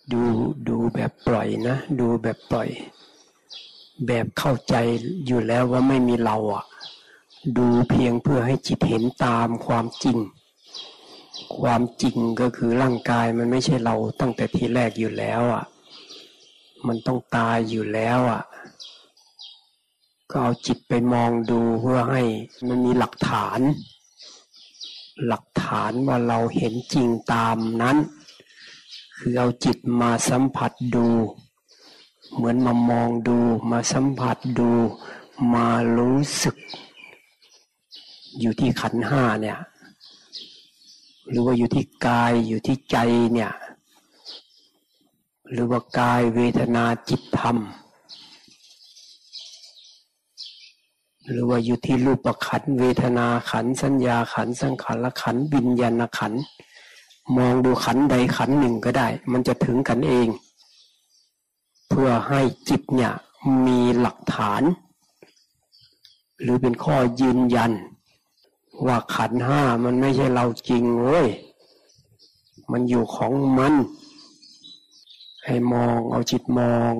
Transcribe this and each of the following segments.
ดูดูแบบปล่อยนะดูแบบปล่อยแบบเข้าใจอยู่แล้วว่าไม่มีเราอ่ะดูเพียงเพื่อให้จิตเห็นตามความจริงความจริงก็คือร่างกายมันไม่ใช่เราตั้งแต่ทีแรกอยู่แล้วอ่ะมันต้องตายอยู่แล้วอ่ะก็เอาจิตไปมองดูเพื่อให้มันมีหลักฐานว่าเราเห็นจริงตามนั้นคือเอาจิตมาสัมผัสดูเหมือนมามองดูมาสัมผัสดูมารู้สึกอยู่ที่ขันธ์ห้าเนี่ยหรือว่าอยู่ที่กายอยู่ที่ใจเนี่ยหรือว่ากายเวทนาจิตธรรมหรือว่าอยู่ที่รูปขันธ์เวทนาขันธ์สัญญาขันธ์สังขารขันธ์วิญญาณขันธ์มองดูขันธ์ใดขันธ์หนึ่งก็ได้มันจะถึงกันเองเพื่อให้จิตเนี่ยมีหลักฐานหรือเป็นข้อยืนยันว่าขันธ์ห้ามันไม่ใช่เราจริงเว้ยมันอยู่ของมันให้มองเอาจิตมอง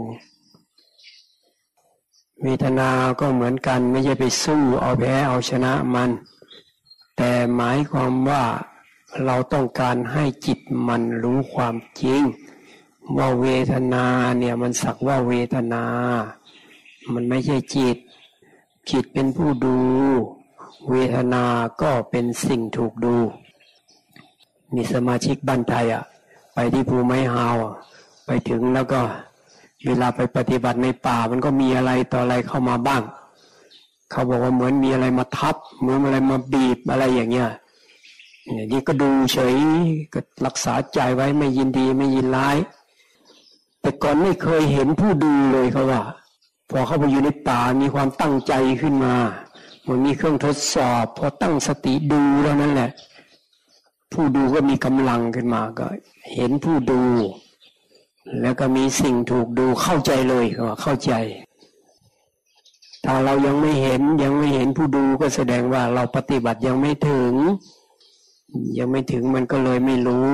เวทนาก็เหมือนกันไม่ใช่ไปสู้เอาแพ้เอาชนะมันแต่หมายความว่าเราต้องการให้จิตมันรู้ความจริงว่าเวทนาเนี่ยมันสักว่าเวทนามันไม่ใช่จิตเป็นผู้ดูเวทนาก็เป็นสิ่งถูกดูมีสมาชิกบ้านไทยไปที่ภูไม้ฮาวไปถึงแล้วก็เวลาไปปฏิบัติในป่ามันก็มีอะไรต่ออะไรเข้ามาบ้างเขาบอกว่าเหมือนมีอะไรมาทับเหมือนอะไรมาบีบอะไรอย่างเงี้ยนี่ก็ดูเฉยก็รักษาใจไว้ไม่ยินดีไม่ยินร้ายแต่ก่อนไม่เคยเห็นผู้ดูเลยเขาว่าพอเข้าไปอยู่ในป่ามีความตั้งใจขึ้นมามันมีเครื่องทดสอบพอตั้งสติดูแล้วนั่นแหละผู้ดูก็มีกำลังขึ้นมาก็เห็นผู้ดูแล้วก็มีสิ่งถูกดูเข้าใจเลยว่าเข้าใจถ้าเรายังไม่เห็นผู้ดูก็แสดงว่าเราปฏิบัติยังไม่ถึงมันก็เลยไม่รู้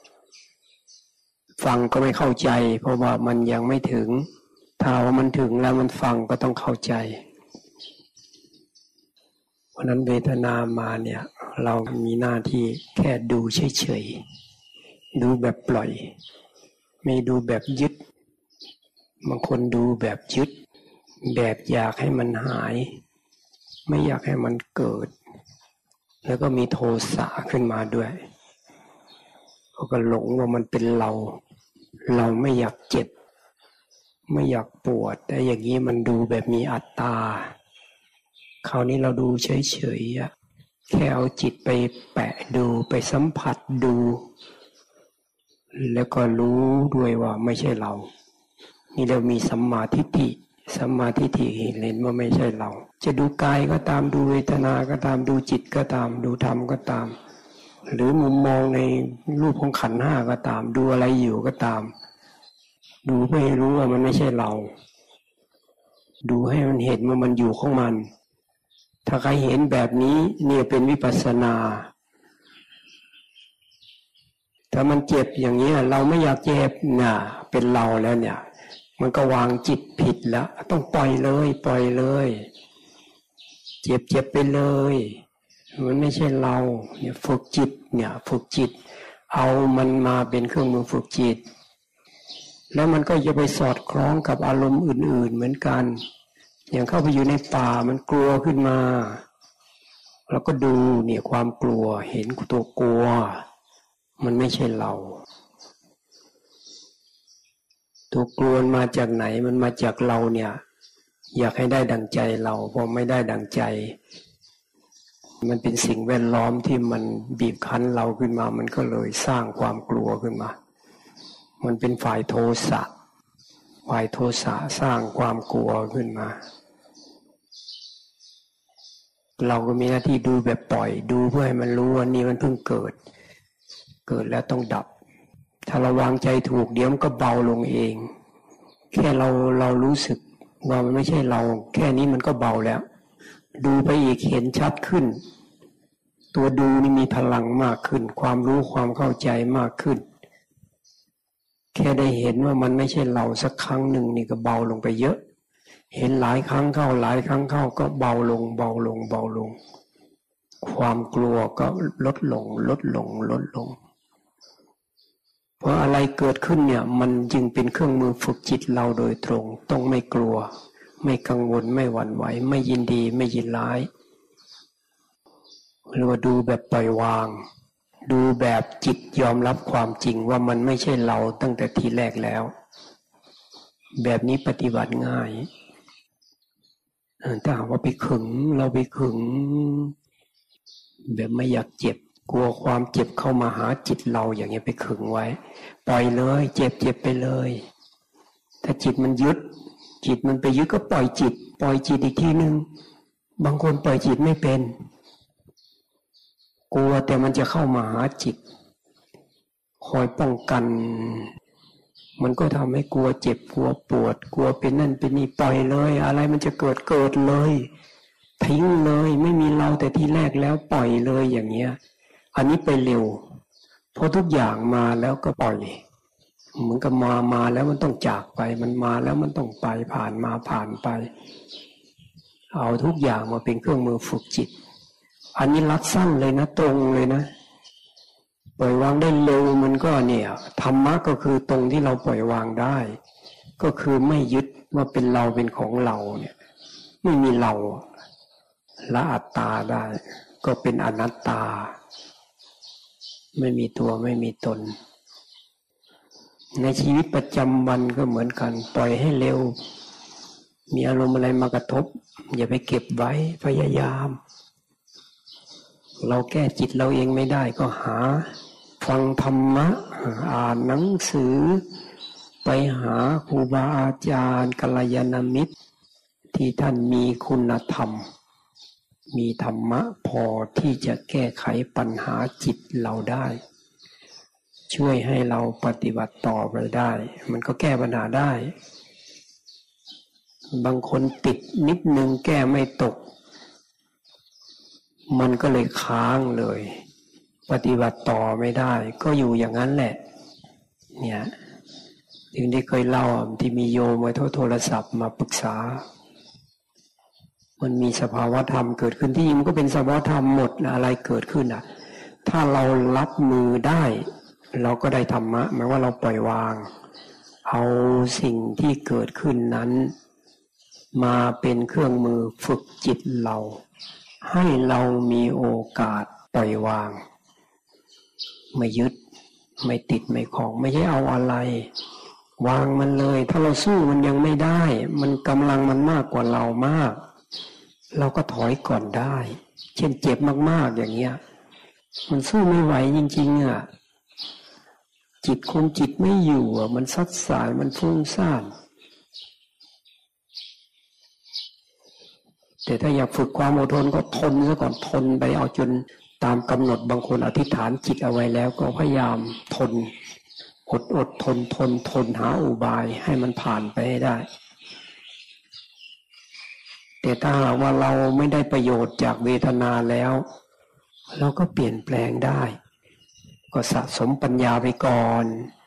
ฟังก็ไม่เข้าใจเพราะว่ามันยังไม่ถึงถ้าว่ามันถึงแล้วมันฟังก็ต้องเข้าใจเพราะนั้นเวทนามาเนี่ยเรามีหน้าที่แค่ดูเฉยๆดูแบบปล่อยไม่ดูแบบยึดบางคนดูแบบยึดแบบอยากให้มันหายไม่อยากให้มันเกิดแล้วก็มีโทสะขึ้นมาด้วยเขาก็หลงว่ามันเป็นเราไม่อยากเจ็บไม่อยากปวดแต่อย่างนี้มันดูแบบมีอัตตาคราวนี้เราดูเฉยๆแค่เอาจิตไปแปะดูไปสัมผัสดูแล้วก็รู้ด้วยว่าไม่ใช่เรานี่เรามีสัมมาทิฏฐิเห็นว่าไม่ใช่เราจะดูกายก็ตามดูเวทนาก็ตามดูจิตก็ตามดูธรรมก็ตามหรือมุมมองในรูปของขันธ์ห้าก็ตามดูอะไรอยู่ก็ตามดูเพื่อให้รู้ว่ามันไม่ใช่เราดูให้มันเห็นว่ามันอยู่ของมันถ้าใครเห็นแบบนี้เนี่ยเป็นวิปัสสนาถ้ามันเจ็บอย่างนี้เราไม่อยากเจ็บน่ะเป็นเราแล้วเนี่ยมันก็วางจิตผิดแล้วต้องปล่อยเลยเจ็บไปเลยมันไม่ใช่เราเนี่ยฝึกจิตเอามันมาเป็นเครื่องมือฝึกจิตแล้วมันก็จะไปสอดคล้องกับอารมณ์อื่นๆเหมือนกันอย่างเข้าไปอยู่ในป่ามันกลัวขึ้นมาแล้วก็ดูเนี่ยความกลัวเห็นตัวกลัวมันไม่ใช่เราตัวกลัวมาจากไหนมันมาจากเราเนี่ยอยากให้ได้ดังใจเราพอไม่ได้ดังใจมันเป็นสิ่งแวดล้อมที่มันบีบคั้นเราขึ้นมามันก็เลยสร้างความกลัวขึ้นมามันเป็นฝ่ายโทสะสร้างความกลัวขึ้นมาเราก็มีหน้าที่ดูแบบปล่อยดูเพื่อให้มันรู้ว่านี่มันเพิ่งเกิดแล้วต้องดับถ้าเราวางใจถูกเดี๋ยวมันก็เบาลงเองแค่เรารู้สึกว่ามันไม่ใช่เราแค่นี้มันก็เบาแล้วดูไปอีกเห็นชัดขึ้นตัวดูนี่มีพลังมากขึ้นความรู้ความเข้าใจมากขึ้นแค่ได้เห็นว่ามันไม่ใช่เราสักครั้งหนึ่งนี่ก็เบาลงไปเยอะเห็นหลายครั้งเข้าหลายครั้งเข้าก็เบาลงเบาลงเบาลงความกลัวก็ลดลงลดลงลดลงเพราะอะไรเกิดขึ้นเนี่ยมันจึงเป็นเครื่องมือฝึกจิตเราโดยตรงต้องไม่กลัวไม่กังวลไม่หวั่นไหวไม่ยินดีไม่ยินร้ายหรือว่าดูแบบปล่อยวางดูแบบจิตยอมรับความจริงว่ามันไม่ใช่เราตั้งแต่ทีแรกแล้วแบบนี้ปฏิบัติง่ายถ้าหากว่าไปขึงเราไปขึงแบบไม่อยากเจ็บกลัวความเจ็บเข้ามาหาจิตเราอย่างเงี้ยไปขึงไว้ปล่อยเลยเจ็บเจ็บไปเลยถ้าจิตมันยึดจิตมันไปยึดก็ปล่อยจิตอีกทีนึงบางคนปล่อยจิตไม่เป็นกลัวแต่มันจะเข้ามาหาจิตคอยป้องกันมันก็ทำให้กลัวเจ็บกลัวปวดกลัวเป็นนั่นเป็นนี่ปล่อยเลยอะไรมันจะเกิดเลยทิ้งเลยไม่มีเราแต่ที่แรกแล้วปล่อยเลยอย่างเงี้ยอันนี้ไปเร็วเพราะทุกอย่างมาแล้วก็ปล่อยเหมือนกับมาแล้วมันต้องจากไปมันมาแล้วมันต้องไปผ่านมาผ่านไปเอาทุกอย่างมาเป็นเครื่องมือฝึกจิตอันนี้รัดสั้นเลยนะตรงเลยนะปล่อยวางได้เร็วมันก็เนี่ยธรรมะก็คือตรงที่เราปล่อยวางได้ก็คือไม่ยึดว่าเป็นเราเป็นของเราเนี่ยไม่มีเราละอัตตาได้ก็เป็นอนัตตาไม่มีตัวไม่มีตนในชีวิตประจำวันก็เหมือนกันปล่อยให้เร็วมีอารมณ์อะไรมากระทบอย่าไปเก็บไว้พยายามเราแก้จิตเราเองไม่ได้ก็หาฟังธรรมะอ่านหนังสือไปหาครูบาอาจารย์กัลยาณมิตรที่ท่านมีคุณธรรมมีธรรมะพอที่จะแก้ไขปัญหาจิตเราได้ช่วยให้เราปฏิบัติต่อไปได้มันก็แก้ปัญหาได้บางคนติดนิดนึงแก้ไม่ตกมันก็เลยค้างเลยปฏิบัติต่อไม่ได้ก็อยู่อย่างนั้นแหละเนี่ยถึงได้เคยเล่าที่มีโยมไว้โทรศัพท์มาปรึกษามันมีสภาวะธรรมเกิดขึ้นที่มันก็เป็นสภาวะธรรมหมดอะไรเกิดขึ้นอ่ะถ้าเรารับมือได้เราก็ได้ธรรมะหมายว่าเราปล่อยวางเอาสิ่งที่เกิดขึ้นนั้นมาเป็นเครื่องมือฝึกจิตเราให้เรามีโอกาสปล่อยวางไม่ยึดไม่ติดไม่คล้องไม่ใช่เอาอะไรวางมันเลยถ้าเราสู้มันยังไม่ได้มันกำลังมันมากกว่าเรามากเราก็ถอยก่อนได้เช่นเจ็บมากๆอย่างเงี้ยมันสู้ไม่ไหวจริงๆอ่ะจิตคุมจิตไม่อยู่อ่ะมันซัดสายมันฟุ้งซ่านแต่ถ้าอยากฝึกความอดทนก็ทนซะก่อนทนไปเอาจนตามกำหนดบางคนอธิษฐานจิตเอาไว้แล้วก็พยายามทนอดทนหาอุบายให้มันผ่านไปให้ได้แต่ถ้าหากว่าเราไม่ได้ประโยชน์จากเวทนาแล้วเราก็เปลี่ยนแปลงได้ก็สะสมปัญญาไปก่อน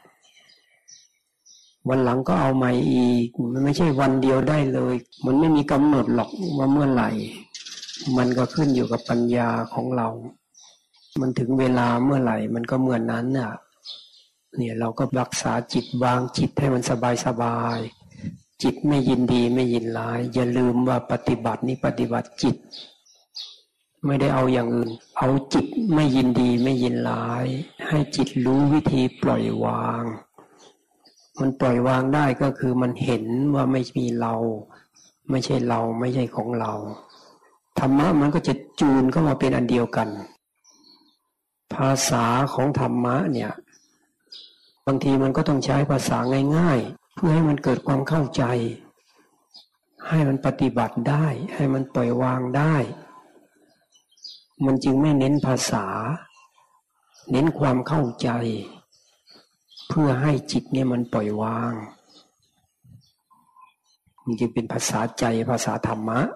วันหลังก็เอาใหม่อีกมันไม่ใช่วันเดียวได้เลยมันไม่มีกำหนดหรอกว่าเมื่อไหร่มันก็ขึ้นอยู่กับปัญญาของเรามันถึงเวลาเมื่อไหร่มันก็เมื่อนั้นน่ะเนี่ยเราก็รักษาจิตวางจิตให้มันสบายจิตไม่ยินดีไม่ยินร้ายอย่าลืมว่าปฏิบัตินี้ปฏิบัติจิตไม่ได้เอาอย่างอื่นเอาจิตไม่ยินดีไม่ยินร้ายให้จิตรู้วิธีปล่อยวางมันปล่อยวางได้ก็คือมันเห็นว่าไม่มีเราไม่ใช่เราไม่ใช่ของเราธรรมะมันก็จะจูนเข้ามาเป็นอันเดียวกันภาษาของธรรมะเนี่ยบางทีมันก็ต้องใช้ภาษาง่ายๆเพื่อให้มันเกิดความเข้าใจให้มันปฏิบัติได้ให้มันปล่อยวางได้มันจึงไม่เน้นภาษาเน้นความเข้าใจเพื่อให้จิตเนี่ยมันปล่อยวางมันจึงเป็นภาษาใจภาษาธรรมะ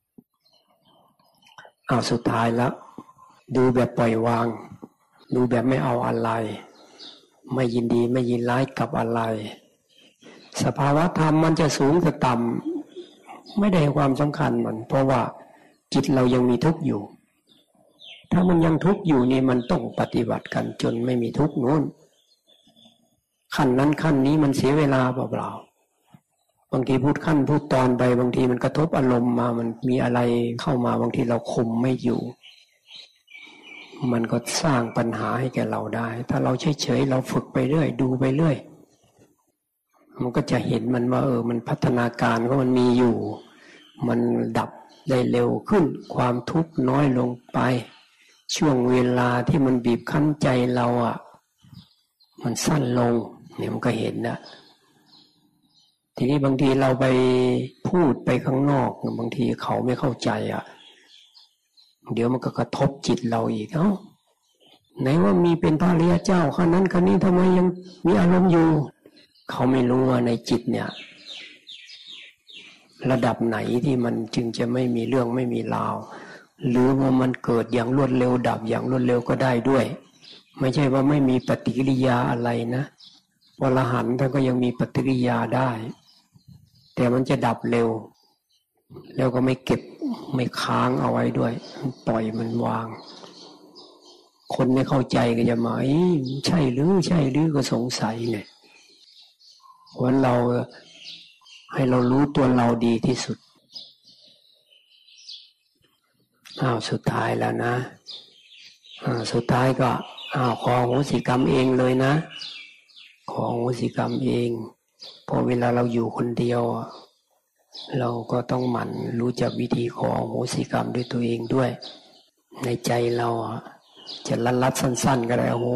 สุดท้ายแล้วดูแบบปล่อยวางดูแบบไม่เอาอะไรไม่ยินดีไม่ยินร้ายกับอะไรสภาวะธรรมมันจะสูงจะต่ำไม่ได้ความสำคัญมันเพราะว่าจิตเรายังมีทุกข์อยู่ถ้ามันยังทุกข์อยู่นี่มันต้องปฏิบัติกันจนไม่มีทุกข์นู้นขั้นนั้นขั้นนี้มันเสียเวลาเปล่าๆบางทีพูดขั้นพูดตอนไปบางทีมันกระทบอารมณ์มามันมีอะไรเข้ามาบางทีเราคุมไม่อยู่มันก็สร้างปัญหาให้แก่เราได้ถ้าเราเฉยๆเราฝึกไปเรื่อยดูไปเรื่อยมันก็จะเห็นมันว่ามันพัฒนาการก็มันมีอยู่มันดับได้เร็วขึ้นความทุกข์น้อยลงไปช่วงเวลาที่มันบีบคั้นใจเรามันสั้นลงเนี่ยมันก็เห็นนะทีนี้บางทีเราไปพูดไปข้างนอกบางทีเขาไม่เข้าใจเดี๋ยวมันก็กระทบจิตเราอีกไหนว่ามีเป็นพระอริยเจ้าข้านั้นข้านี้ทำไมยังมีอารมณ์อยู่เขาไม่รู้ว่าในจิตเนี่ยระดับไหนที่มันจึงจะไม่มีเรื่องไม่มีราวหรือว่ามันเกิดอย่างรวดเร็วดับอย่างรวดเร็วก็ได้ด้วยไม่ใช่ว่าไม่มีปฏิกิริยาอะไรนะอรหันต์ท่านก็ยังมีปฏิกิริยาได้แต่มันจะดับเร็วแล้วก็ไม่เก็บไม่ค้างเอาไว้ด้วยปล่อยมันวางคนไม่เข้าใจก็จะมาใช่หรือก็สงสัยเนี่ยวันเราให้เรารู้ตัวเราดีที่สุดสุดท้ายแล้วนะสุดท้ายก็ขออโหสิกรรมเองเลยนะขออโหสิกรรมเองพอเวลาเราอยู่คนเดียวเราก็ต้องหมั่นรู้จักวิธีขออโหสิกรรมด้วยตัวเองด้วยในใจเราจะลัดสั้นๆก็ได้อโห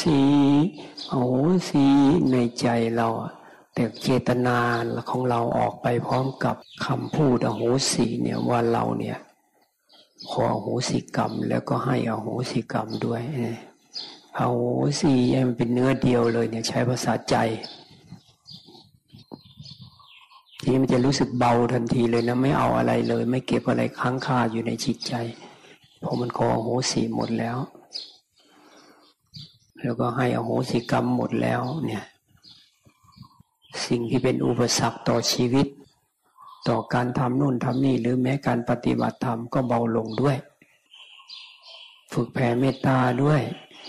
สิในใจเราแต่เจตนาของเราออกไปพร้อมกับคำพูดอโหสิเนี่ยว่าเราเนี่ยขออโหสิกรรมแล้วก็ให้อโหสิกรรมด้วยอโหสิมันเป็นเนื้อเดียวเลยเนี่ยใช้ภาษาใจทีนี้มันจะรู้สึกเบาทันทีเลยนะไม่เอาอะไรเลยไม่เก็บอะไรค้างคาอยู่ในจิตใจเพราะมันขออโหสิหมดแล้วแล้วก็ให้อโหสิกรรมหมดแล้วเนี่ยสิ่งที่เป็นอุปสรรคต่อชีวิตต่อการทำนู่นทำนี่หรือแม้การปฏิบัติธรรมก็เบาลงด้วยฝึกแผ่เมตตาด้วย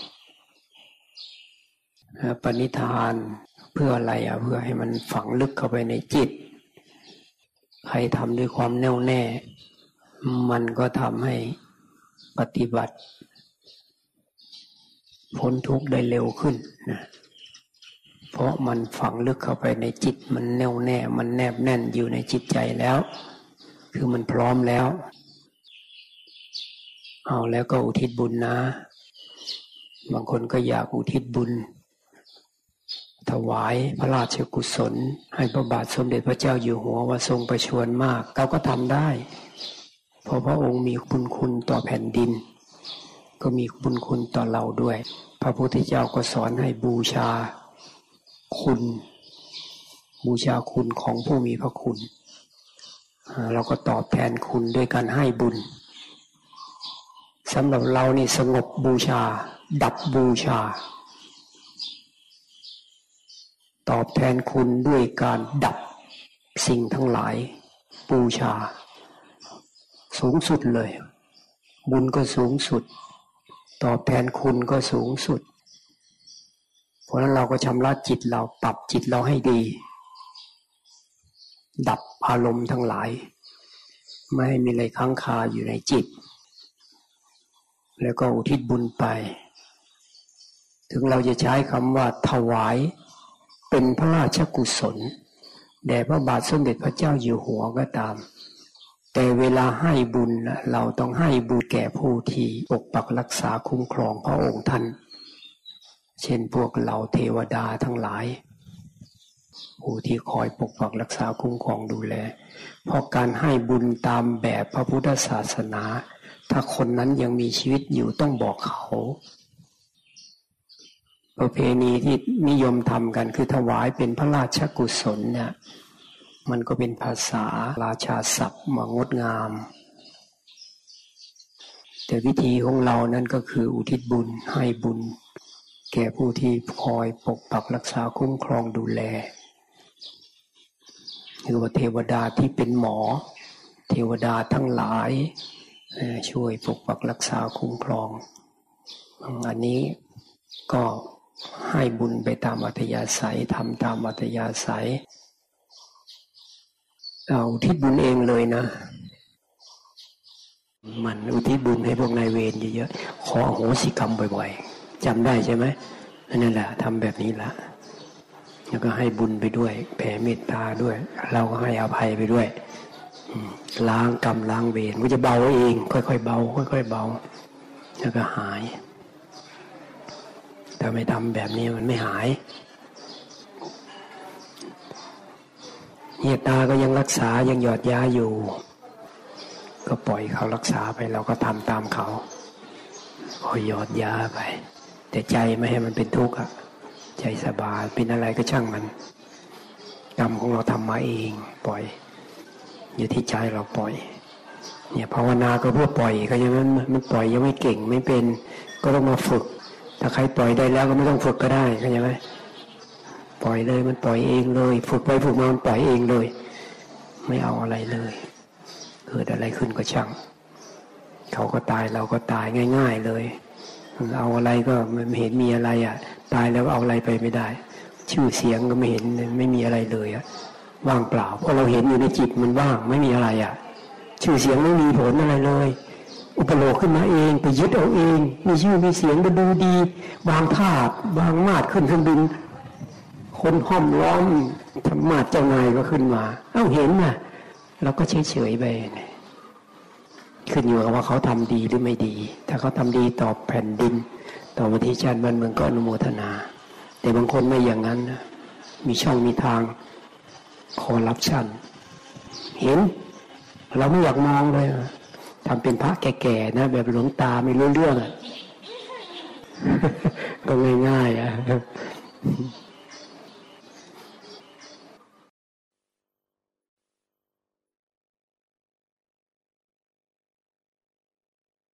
ปณิธานเพื่ออะไรเพื่อให้มันฝังลึกเข้าไปในจิตใครทำด้วยความแน่วแน่มันก็ทำให้ปฏิบัติพ้นทุกข์ได้เร็วขึ้นนะเพราะมันฝังลึกเข้าไปในจิตมันแน่วแน่มันแนบแน่นอยู่ในจิตใจแล้วคือมันพร้อมแล้วเอาแล้วก็อุทิศบุญนะบางคนก็อยากอุทิศบุญถวายพระราชกุศลให้พระบาทสมเด็จพระเจ้าอยู่หัวว่าทรงประชวรมากเราก็ทำได้เพราะพระองค์มีบุญคุณต่อแผ่นดินก็มีบุญคุณต่อเราด้วยพระพุทธเจ้าก็สอนให้บูชาคุณบูชาคุณของผู้มีพระคุณเราก็ตอบแทนคุณด้วยการให้บุญสำหรับเรานี่สงบบูชาดับบูชาตอบแทนคุณด้วยการดับสิ่งทั้งหลายบูชาสูงสุดเลยบุญก็สูงสุดตอบแทนคุณก็สูงสุดเพราะนั้นเราก็ชำระจิตเราปรับจิตเราให้ดีดับอารมณ์ทั้งหลายไม่ให้มีอะไรค้างคาอยู่ในจิตแล้วก็อุทิศบุญไปถึงเราจะใช้คำว่าถวายเป็นพระราชกุศลแด่พระบาทสมเด็จพระเจ้าอยู่หัวก็ตามแต่เวลาให้บุญเราต้องให้บุญแก่ผู้ที่ปกปักรักษาคุ้มครองพระองค์ท่านเช่นพวกเราเทวดาทั้งหลายผู้ที่คอยปกปักรักษาคุ้มครองดูแลเพราะการให้บุญตามแบบพระพุทธศาสนาถ้าคนนั้นยังมีชีวิตอยู่ต้องบอกเขาประเพณีที่นิยมทำกันคือถวายเป็นพระราชกุศลเนี่ยมันก็เป็นภาษาราชาศัพท์มางดงามแต่วิธีของเรานั้นก็คืออุทิศบุญให้บุญแก่ผู้ที่คอยปกปักรักษาคุ้มครองดูแลคือว่าเทวดาที่เป็นหมอเทวดาทั้งหลายช่วยปกปักรักษาคุ้มครองอันนี้ก็ให้บุญไปตามอัธยาศัยทำตามอัธยาศัยอุทิศบุญเองเลยนะมันอุทิศบุญให้พวกนายเวรเยอะๆขออโหสิกรรมบ่อยๆจำได้ใช่ไหมนั่นแหละทำแบบนี้ละแล้วก็ให้บุญไปด้วยแผ่เมตตาด้วยเราก็ให้อภัยไปด้วยล้างกรรมล้างเวรมันจะเบาเองค่อยๆเบาค่อยๆเบาแล้วก็หายแต่ไม่ทำแบบนี้มันไม่หายเมตตาก็ยังรักษายังหยอดยาอยู่ก็ปล่อยเขารักษาไปเราก็ทำตามเขาคอยหยอดยาไปแต่ใจไม่ให้มันเป็นทุกข์อะใจสบายเป็นอะไรก็ช่างมันกรรมของเราทำมาเองปล่อยอยู่ที่ใจเราปล่อยเนี่ยภาวนาก็เพื่อปล่อยก็อย่างนั้นมันปล่อยยังไม่เก่งไม่เป็นก็ต้องมาฝึกถ้าใครปล่อยได้แล้วก็ไม่ต้องฝึกก็ได้เข้าใจไหมปล่อยเลยมันปล่อยเองเลยฝึกไปฝึกมามันปล่อยเองเลยไม่เอาอะไรเลยเกิดอะไรขึ้นก็ช่างเขาก็ตายเราก็ตายง่ายๆเลยเอาอะไรก็ไม่เห็นมีอะไรอ่ะตายแล้วเอาอะไรไปไม่ได้ชื่อเสียงก็ไม่เห็นไม่มีอะไรเลยอ่ะว่างเปล่าเพราะเราเห็นอยู่ในจิตมันว่างไม่มีอะไรอ่ะชื่อเสียงไม่มีผลอะไรเลยอุปโลกขึ้นมาเองไปยึดเอาเองมีชื่อมีเสียงก็ดูดีบางภาพบางมาดขึ้นเครื่องบินคนห้อมล้อมธรรมาสเจ้านายก็ขึ้นมาเห็นน่ะเราก็เฉยๆไปขึ้นอยู่กับว่าเขาทำดีหรือไม่ดีถ้าเขาทำดีต่อแผ่นดินต่อประเทศชาติบ้านเมืองก็อนุโมทนาแต่บางคนไม่อย่างนั้นนะมีช่องมีทางคอร์รัปชันเห็นเราไม่อยากมองเลยทำเป็นพระแก่ๆนะแบบหลวงตาไม่รู้เรื่องก็ง่ายๆ